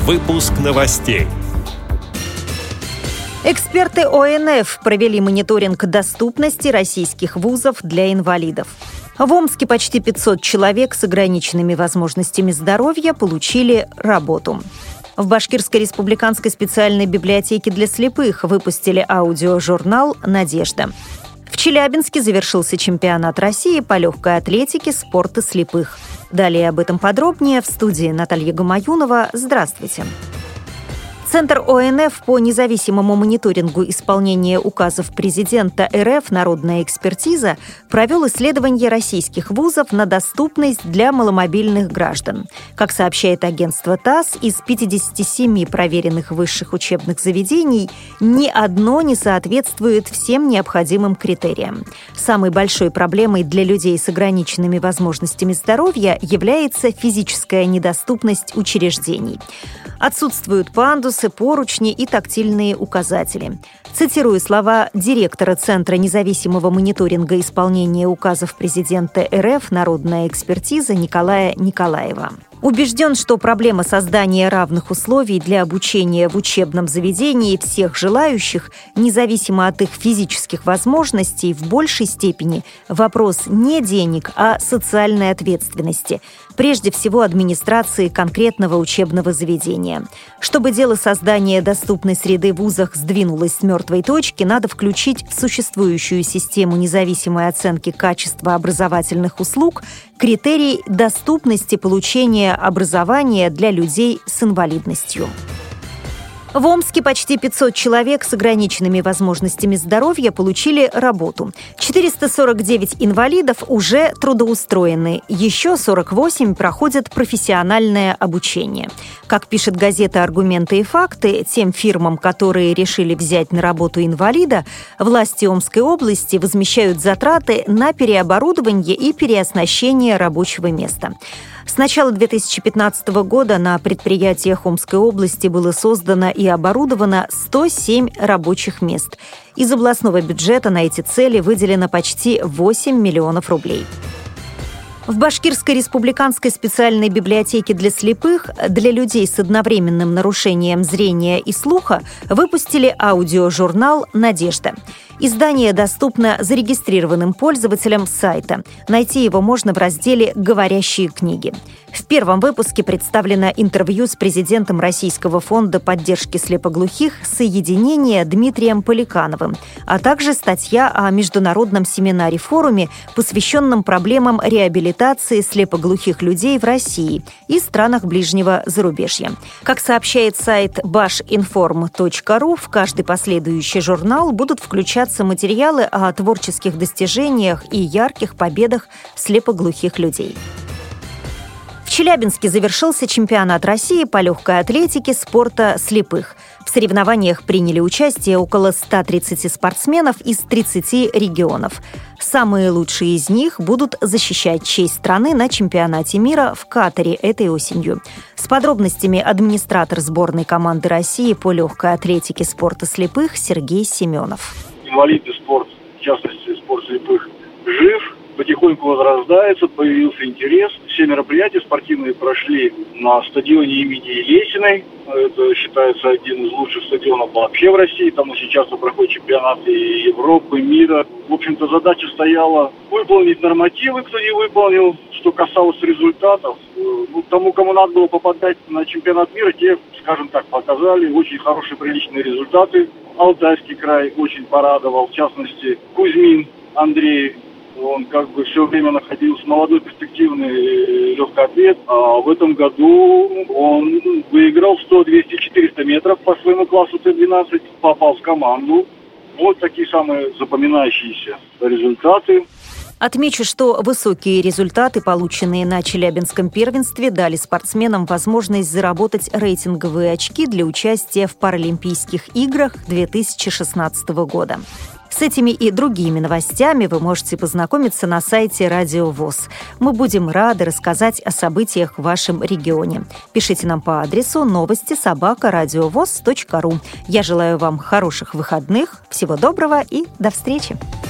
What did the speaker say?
Выпуск новостей. Эксперты ОНФ провели мониторинг доступности российских вузов для инвалидов. В Омске почти 500 человек с ограниченными возможностями здоровья получили работу. В Башкирской республиканской специальной библиотеке для слепых выпустили аудиожурнал «Надежда». В Челябинске завершился чемпионат России по легкой атлетике спорта слепых. Далее об этом подробнее в студии Наталья Гамаюнова. Здравствуйте. Центр ОНФ по независимому мониторингу исполнения указов президента РФ «Народная экспертиза» провел исследование российских вузов на доступность для маломобильных граждан. Как сообщает агентство ТАСС, из 57 проверенных высших учебных заведений ни одно не соответствует всем необходимым критериям. Самой большой проблемой для людей с ограниченными возможностями здоровья является физическая недоступность учреждений. Отсутствуют пандусы, поручни и тактильные указатели. Цитирую слова директора Центра независимого мониторинга исполнения указов президента РФ «Народная экспертиза» Николая Николаева. Убежден, что проблема создания равных условий для обучения в учебном заведении всех желающих, независимо от их физических возможностей, в большей степени вопрос не денег, а социальной ответственности. Прежде всего, администрации конкретного учебного заведения. Чтобы дело создания доступной среды в вузах сдвинулось с мертвой точки, надо включить в существующую систему независимой оценки качества образовательных услуг критерий доступности получения образования для людей с инвалидностью. В Омске почти 500 человек с ограниченными возможностями здоровья получили работу. 449 инвалидов уже трудоустроены, еще 48 проходят профессиональное обучение. Как пишет газета «Аргументы и факты», тем фирмам, которые решили взять на работу инвалида, власти Омской области возмещают затраты на переоборудование и переоснащение рабочего места. С начала 2015 года на предприятиях Омской области было создано и оборудовано 107 рабочих мест. Из областного бюджета на эти цели выделено почти 8 миллионов рублей. В Башкирской республиканской специальной библиотеке для слепых для людей с одновременным нарушением зрения и слуха выпустили аудиожурнал «Надежда». Издание доступно зарегистрированным пользователям сайта. Найти его можно в разделе «Говорящие книги». В первом выпуске представлено интервью с президентом Российского фонда поддержки слепоглухих «Соединение» Дмитрием Поликановым, а также статья о международном семинаре-форуме, посвященном проблемам реабилитации слепоглухих людей в России и странах ближнего зарубежья. Как сообщает сайт bashinform.ru, в каждый последующий журнал будут включаться материалы о творческих достижениях и ярких победах слепоглухих людей. В Челябинске завершился чемпионат России по легкой атлетике спорта слепых. В соревнованиях приняли участие около 130 спортсменов из 30 регионов. Самые лучшие из них будут защищать честь страны на чемпионате мира в Катаре этой осенью. С подробностями администратор сборной команды России по легкой атлетике спорта слепых Сергей Семенов. Инвалидный спорт, в частности спорт слепых, жив. Потихоньку возрождается, появился интерес. Все мероприятия спортивные прошли на стадионе имени Лесиной. Это считается один из лучших стадионов вообще в России. Там сейчас проходят чемпионаты Европы, мира. В общем-то, задача стояла выполнить нормативы, кто не выполнил. Что касалось результатов, тому, кому надо было попадать на чемпионат мира, те, скажем так, показали очень хорошие, приличные результаты. Алтайский край очень порадовал, в частности, Кузьмин Андрей. Он все время находился молодой, перспективный легкоатлет. А в этом году он выиграл 100, 200, 400 метров по своему классу Т-12. Попал в команду. Вот такие самые запоминающиеся результаты. Отмечу, что высокие результаты, полученные на Челябинском первенстве, дали спортсменам возможность заработать рейтинговые очки для участия в Паралимпийских играх 2016 года. С этими и другими новостями вы можете познакомиться на сайте Радио ВОС. Мы будем рады рассказать о событиях в вашем регионе. Пишите нам по адресу новости@радиовос.ру. Я желаю вам хороших выходных, всего доброго и до встречи!